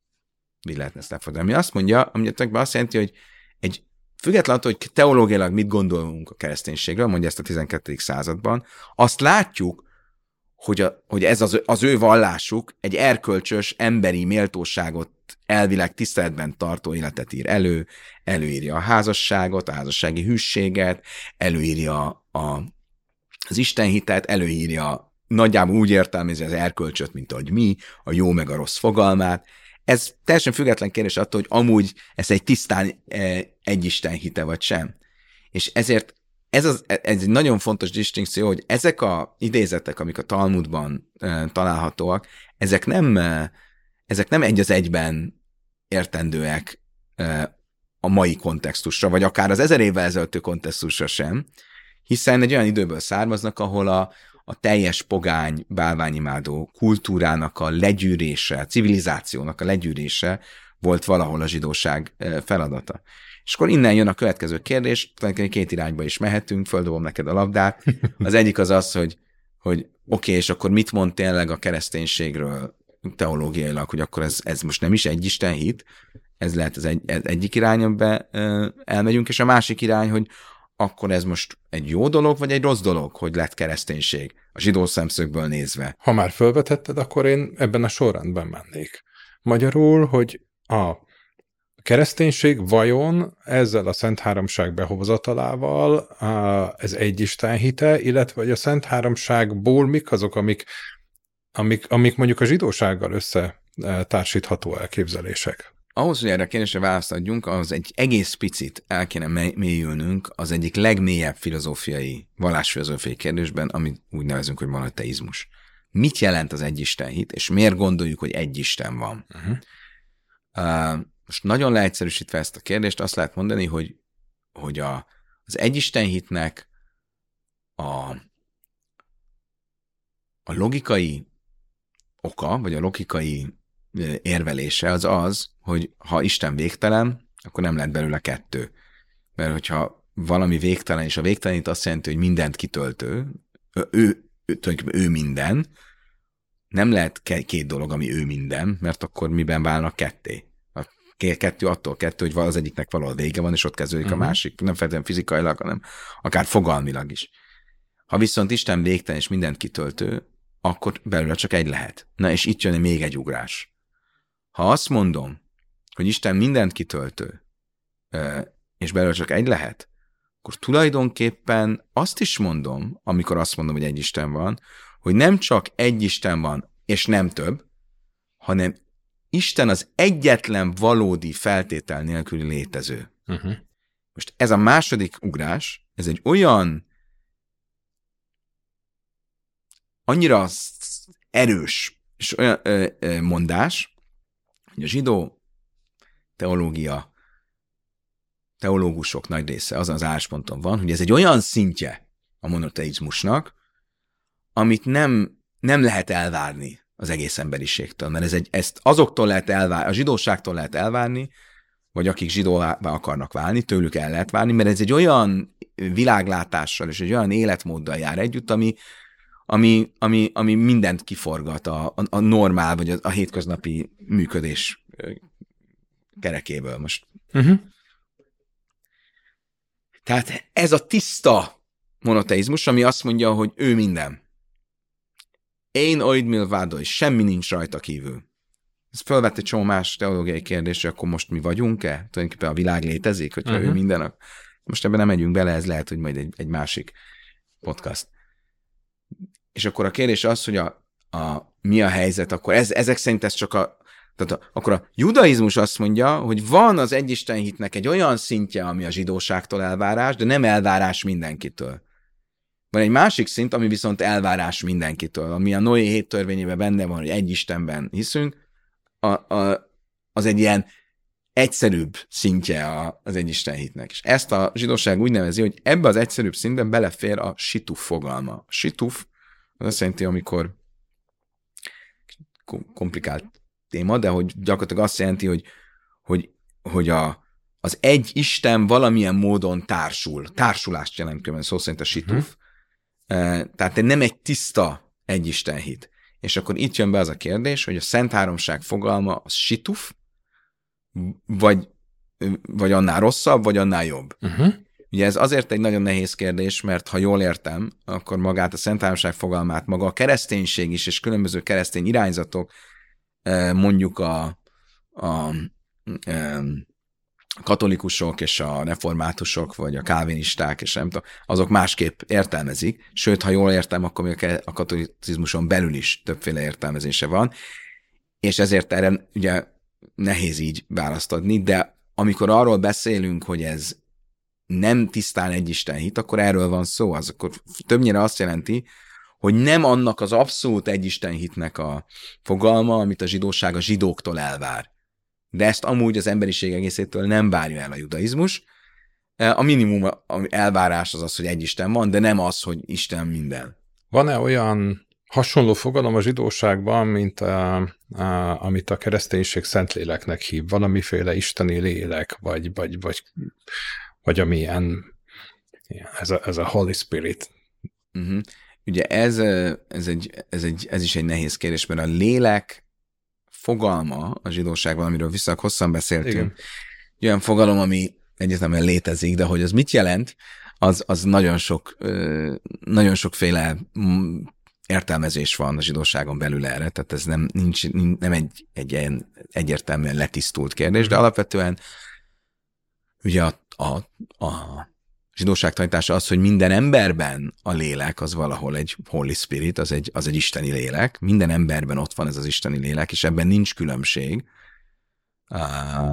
Mi lehetne ezt lefordítani? Ami azt mondja, ami azt jelenti, hogy egy független attól, hogy teológiailag mit gondolunk a kereszténységről, mondja ezt a tizenkettedik században, azt látjuk, hogy, a, hogy ez az, az ő vallásuk egy erkölcsös, emberi méltóságot elvileg tiszteletben tartó életet ír elő, előírja a házasságot, a házassági hűséget, előírja a, az istenhitet, előírja nagyjából úgy értelmezi az erkölcsöt, mint ahogy mi, a jó meg a rossz fogalmát. Ez teljesen független kérdés attól, hogy amúgy ez egy tisztán egy Isten hite vagy sem. És ezért ez, az, ez egy nagyon fontos distinkció, hogy ezek a idézetek, amik a Talmudban e, találhatóak, ezek nem, e, ezek nem egy az egyben értendőek e, a mai kontextusra, vagy akár az ezer évvel ezelőtti kontextusra sem, hiszen egy olyan időből származnak, ahol a, a teljes pogány, bálványimádó kultúrának a legyűrése, civilizációnak a legyűrése volt valahol a zsidóság feladata. És akkor innen jön a következő kérdés, tulajdonképpen két irányba is mehetünk, földobom neked a labdát. Az egyik az az, hogy, hogy oké, okay, és akkor mit mond tényleg a kereszténységről teológiailag, hogy akkor ez, ez most nem is egy Isten hit, ez lehet az egy, ez egyik irányba elmegyünk, és a másik irány, hogy akkor ez most egy jó dolog, vagy egy rossz dolog, hogy lett kereszténység a zsidó szemszögből nézve. Ha már felvetetted, akkor én ebben a sorrendben mennék. Magyarul, hogy a kereszténység vajon ezzel a Szent Háromság behozatalával ez egy Isten hite, illetve hogy a Szent Háromságból mik azok, amik, amik, amik mondjuk a zsidósággal összetársítható elképzelések? Ahhoz, hogy erre a kérdésre választ adjunk, az egy egész picit el kéne mélyülnünk az egyik legmélyebb filozófiai, vallásfilozófiai kérdésben, amit úgy nevezünk, hogy monoteizmus. Mit jelent az egyisten hit, és miért gondoljuk, hogy egy Isten van? Uh-huh. Uh, most nagyon leegyszerűsítve ezt a kérdést, azt lehet mondani, hogy, hogy a, az egyisten hitnek a, a logikai oka, vagy a logikai érvelése az az, hogy ha Isten végtelen, akkor nem lehet belőle kettő. Mert hogyha valami végtelen, és a végtelenít azt jelenti, hogy mindent kitöltő, ő, ő, ő, ő minden, nem lehet két dolog, ami ő minden, mert akkor miben válnak ketté. A kettő attól kettő, hogy az egyiknek valahol vége van, és ott kezdődik uh-huh. a másik, nem feltétlenül fizikailag, hanem akár fogalmilag is. Ha viszont Isten végtelen és mindent kitöltő, akkor belőle csak egy lehet. Na, és itt jön még egy ugrás. Ha azt mondom, hogy Isten mindent kitöltő, és belőle csak egy lehet, akkor tulajdonképpen azt is mondom, amikor azt mondom, hogy egy Isten van, hogy nem csak egy Isten van, és nem több, hanem Isten az egyetlen valódi feltétel nélküli létező. Uh-huh. Most ez a második ugrás, ez egy olyan annyira erős és olyan ö, ö, mondás, hogy a zsidó teológia, teológusok nagy része azon az állásponton van, hogy ez egy olyan szintje a monoteizmusnak, amit nem, nem lehet elvárni az egész emberiségtől, mert ez egy, ezt azoktól lehet elvárni, a zsidóságtól lehet elvárni, vagy akik zsidóvá akarnak válni, tőlük el lehet várni, mert ez egy olyan világlátással és egy olyan életmóddal jár együtt, ami, ami, ami, ami mindent kiforgat a, a, a normál, vagy a, a hétköznapi működés kerekéből most. Uh-huh. Tehát ez a tiszta monoteizmus, ami azt mondja, hogy ő minden. Én oid milvádoj, semmi nincs rajta kívül. Ez fölvett egy csomó más teológiai kérdés, hogy akkor most mi vagyunk-e? Tulajdonképpen a világ létezik, hogyha uh-huh. ő minden. Most ebben nem megyünk bele, ez lehet, hogy majd egy, egy másik podcast. És akkor a kérdés az, hogy a, a, mi a helyzet, akkor ez, ezek szerint ez csak a, tehát a, akkor a judaizmus azt mondja, hogy van az egyisten hitnek egy olyan szintje, ami a zsidóságtól elvárás, de nem elvárás mindenkitől. Van egy másik szint, ami viszont elvárás mindenkitől, ami a Noé hét törvényében benne van, hogy egy Istenben hiszünk, a, a, az egy ilyen egyszerűbb szintje a, az egyisten hitnek. És ezt a zsidóság úgy nevezi, hogy ebbe az egyszerűbb szintben belefér a situf fogalma. A situf az azt jelenti, amikor komplikált téma, de hogy gyakorlatilag azt jelenti, hogy, hogy, hogy a, az egy Isten valamilyen módon társul. Társulást jelent különben szó szerint a situf. Uh-huh. Tehát nem egy tiszta egy Isten hit. És akkor itt jön be az a kérdés, hogy a Szent Háromság fogalma az situf, vagy, vagy annál rosszabb, vagy annál jobb. Uh-huh. Ugye ez azért egy nagyon nehéz kérdés, mert ha jól értem, akkor magát a Szent Háromság fogalmát, maga a kereszténység is, és különböző keresztény irányzatok, mondjuk a, a, a katolikusok és a reformátusok, vagy a kálvinisták, és nem tudom, azok másképp értelmezik, sőt, ha jól értem, akkor még a katolicizmuson belül is többféle értelmezése van, és ezért erre ugye nehéz így választ adni, de amikor arról beszélünk, hogy ez nem tisztán egy Isten hit, akkor erről van szó, az akkor többnyire azt jelenti, hogy nem annak az abszolút egy Isten hitnek a fogalma, amit a zsidóság a zsidóktól elvár. De ezt amúgy az emberiség egészétől nem várja el a judaizmus. A minimum elvárás az az, hogy egy Isten van, de nem az, hogy Isten minden. Van-e olyan hasonló fogalom a zsidóságban, mint a, a, amit a kereszténység Szentléleknek hív? Valamiféle isteni lélek, vagy, vagy, vagy, vagy amilyen ez a, ez a Holy Spirit. Uh-huh. Ugye ez, ez, egy, ez, egy, ez is egy nehéz kérdés, mert a lélek fogalma a zsidóságban, amiről viszont hosszan beszéltünk, igen. Olyan fogalom, ami egyetemen létezik, de hogy az mit jelent, az, az nagyon sok, nagyon sokféle értelmezés van a zsidóságon belül erre, tehát ez nem, nincs, nem egy, egy ilyen egyértelműen letisztult kérdés, de alapvetően ugye a, a, a zsidóság tanítása az, hogy minden emberben a lélek az valahol egy Holy Spirit, az egy, az egy isteni lélek, minden emberben ott van ez az isteni lélek, és ebben nincs különbség. Uh,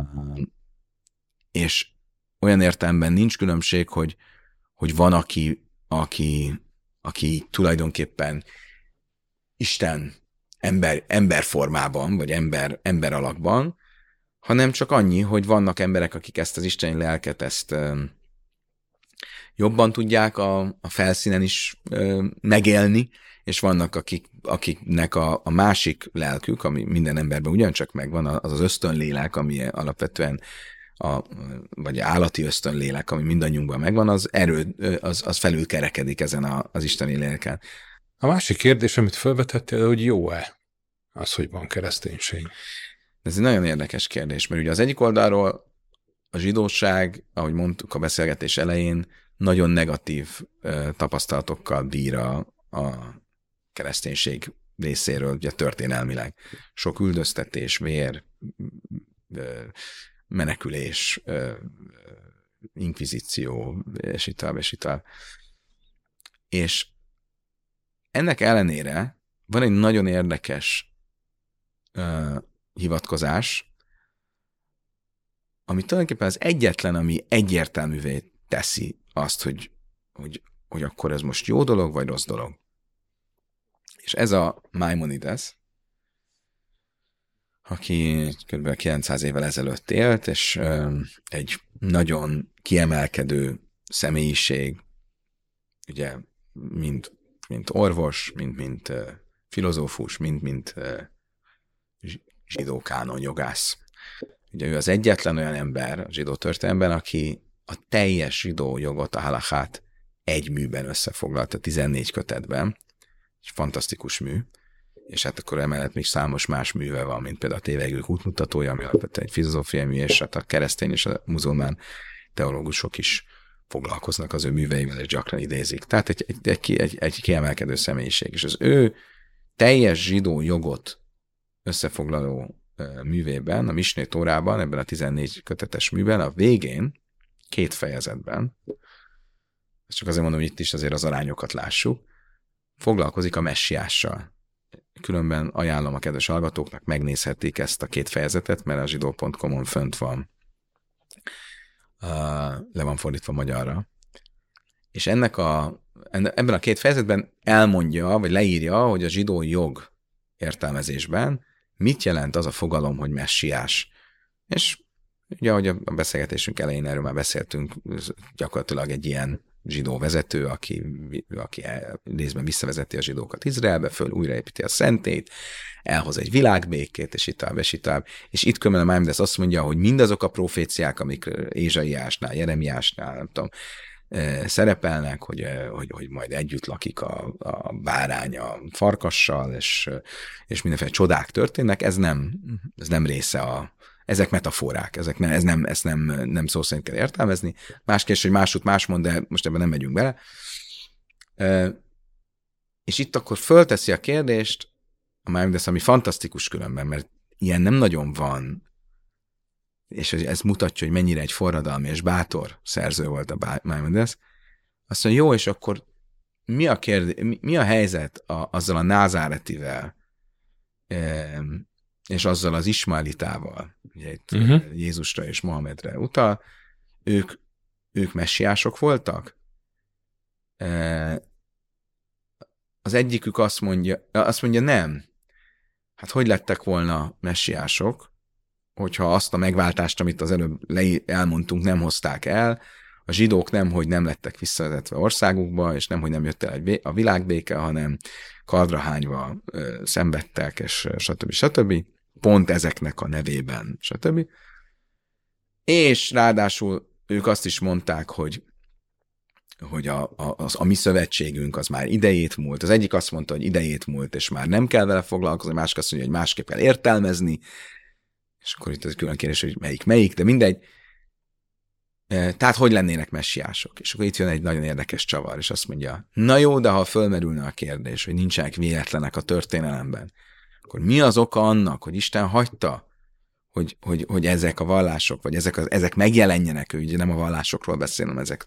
és olyan értelemben nincs különbség, hogy, hogy van, aki, aki, aki tulajdonképpen Isten ember, emberformában, vagy ember, ember alakban, hanem csak annyi, hogy vannak emberek, akik ezt az isteni lelket, ezt um, jobban tudják a, a felszínen is ö, megélni, és vannak, akik, akiknek a, a másik lelkük, ami minden emberben ugyancsak megvan, az az ösztönlélek, ami alapvetően a, vagy állati ösztönlélek, ami mindannyiunkban megvan, az erő, az, az felül kerekedik ezen a, az isteni lélken. A másik kérdés, amit felvetettél, hogy jó-e az, hogy van kereszténység? Ez egy nagyon érdekes kérdés, mert ugye az egyik oldalról a zsidóság, ahogy mondtuk a beszélgetés elején, nagyon negatív uh, tapasztalatokkal bír a, a kereszténység részéről, ugye történelmileg. Sok üldöztetés, vér, uh, menekülés, uh, inkvizíció, és így tovább, és így tovább. És ennek ellenére van egy nagyon érdekes uh, hivatkozás, ami tulajdonképpen az egyetlen, ami egyértelművé teszi azt, hogy, hogy, hogy akkor ez most jó dolog, vagy rossz dolog. És ez a Maimonides, aki kb. kilencszáz évvel ezelőtt élt, és um, egy nagyon kiemelkedő személyiség, ugye, mint, mint orvos, mint, mint uh, filozófus, mint, mint uh, zsidó kánon jogász. Ugye ő az egyetlen olyan ember a zsidó történelemben, aki a teljes zsidó jogot, a halachát egy műben összefoglalta, tizennégy kötetben. Egy fantasztikus mű. És hát akkor emellett még számos más műve van, mint például a tévegők útmutatója, ami alapvetően egy filozófiai mű, és hát a keresztény és a muzulmán teológusok is foglalkoznak az ő műveivel, és gyakran idézik. Tehát egy, egy, egy, egy, egy kiemelkedő személyiség. És az ő teljes zsidó jogot összefoglaló művében, a Misné Tórában, ebben a tizennégy kötetes műben, a végén, két fejezetben, csak azért mondom, hogy itt is azért az arányokat lássuk, foglalkozik a messiással. Különben ajánlom a kedves hallgatóknak, megnézhetik ezt a két fejezetet, mert a zsidó pont com-on fönt van, uh, le van fordítva magyarra. És ennek a, ebben a két fejezetben elmondja, vagy leírja, hogy a zsidó jog értelmezésben mit jelent az a fogalom, hogy messiás. És ugye, ahogy a beszélgetésünk elején erről már beszéltünk, gyakorlatilag egy ilyen zsidó vezető, aki, aki részben visszavezeti a zsidókat Izraelbe, föl újraépíti a szentét, elhoz egy világbékét, és itt tovább, és itt tovább. És itt kömmel a Maimonides azt mondja, hogy mindazok a proféciák, amik Ézsaiásnál, Jeremiásnál, nem tudom, szerepelnek, hogy, hogy, hogy majd együtt lakik a, a bárány a farkassal, és, és mindenféle csodák történnek, ez nem, ez nem része a ezek metaforák, ezek nem, ez nem, ezt nem, nem szó szerint kell értelmezni. Más kérdés, hogy másút más mond, de most ebben nem megyünk bele. E, és itt akkor fölteszi a kérdést, a Maimonides, ami fantasztikus különben, mert ilyen nem nagyon van, és ez mutatja, hogy mennyire egy forradalmi és bátor szerző volt a Maimonides. Azt mondja, jó, és akkor mi a, kérdés, mi, mi a helyzet a, azzal a názáretivel, e, és azzal az ismaelitával, ugye itt uh-huh. Jézusra és Mohamedre utal, ők, ők messiások voltak? Az egyikük azt mondja, azt mondja, nem. Hát hogy lettek volna messiások, hogyha azt a megváltást, amit az előbb elmondtunk, nem hozták el, a zsidók nem, hogy nem lettek visszavezetve országukba, és nem, hogy nem jött el a világbéke, hanem kardrahányva szenvedtek, és stb. stb. Pont ezeknek a nevében, stb. És ráadásul ők azt is mondták, hogy, hogy a, a, az, a mi szövetségünk az már idejét múlt. Az egyik azt mondta, hogy idejét múlt, és már nem kell vele foglalkozni, a másik azt mondja, hogy másképp kell értelmezni, és akkor itt az külön kérdés, hogy melyik melyik, de mindegy. Tehát hogy lennének messiások? És akkor itt jön egy nagyon érdekes csavar, és azt mondja, na jó, de ha fölmerülne a kérdés, hogy nincsenek véletlenek a történelemben, akkor mi az oka annak, hogy Isten hagyta, hogy, hogy, hogy ezek a vallások, vagy ezek, az, ezek megjelenjenek, ő ugye nem a vallásokról beszélem, ezek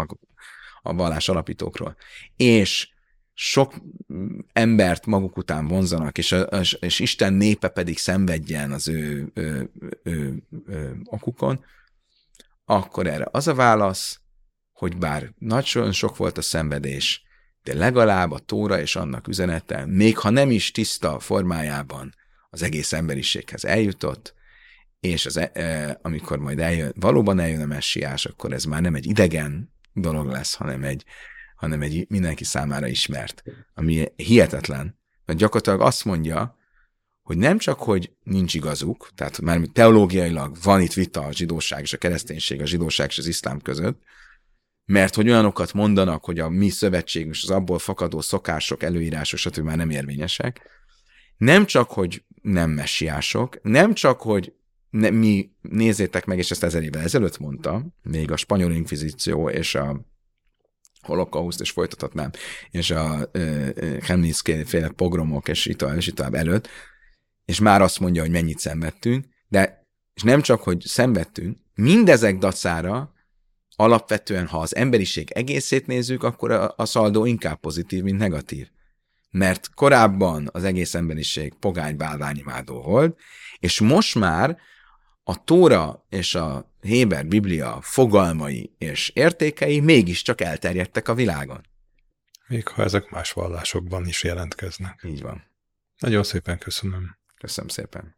a vallás alapítókról. És sok embert maguk után vonzanak, és, és, és Isten népe pedig szenvedjen az ő, ő, ő, ő, ő okukon, akkor erre az a válasz, hogy bár nagyon sok volt a szenvedés, de legalább a Tóra és annak üzenete, még ha nem is tiszta formájában az egész emberiséghez eljutott, és az, e, amikor majd eljön, valóban eljön a messiás, akkor ez már nem egy idegen dolog lesz, hanem egy, hanem egy mindenki számára ismert, ami hihetetlen, mert gyakorlatilag azt mondja, hogy nem csak, hogy nincs igazuk, tehát már teológiailag van itt vita a zsidóság és a kereszténység, a zsidóság és az iszlám között, mert hogy olyanokat mondanak, hogy a mi szövetségünk és az abból fakadó szokások, előírások, stb. Már nem érvényesek. Nem csak, hogy nem messiások, nem csak, hogy ne, mi nézzétek meg, és ezt ezer évvel ezelőtt mondta, még a spanyol inkvizíció és a holokauszt, és folytathatnám, és a Chemnitz féle pogromok, és itt és itt előtt, és már azt mondja, hogy mennyit szenvedtünk, de és nem csak, hogy szenvedtünk, mindezek dacára alapvetően, ha az emberiség egészét nézzük, akkor a, a szaldó inkább pozitív, mint negatív. Mert korábban az egész emberiség pogány bálványimádó volt, és most már a Tóra és a Héber Biblia fogalmai és értékei mégiscsak elterjedtek a világon. Még ha ezek más vallásokban is jelentkeznek. Így van. Nagyon szépen köszönöm. Köszönöm szépen.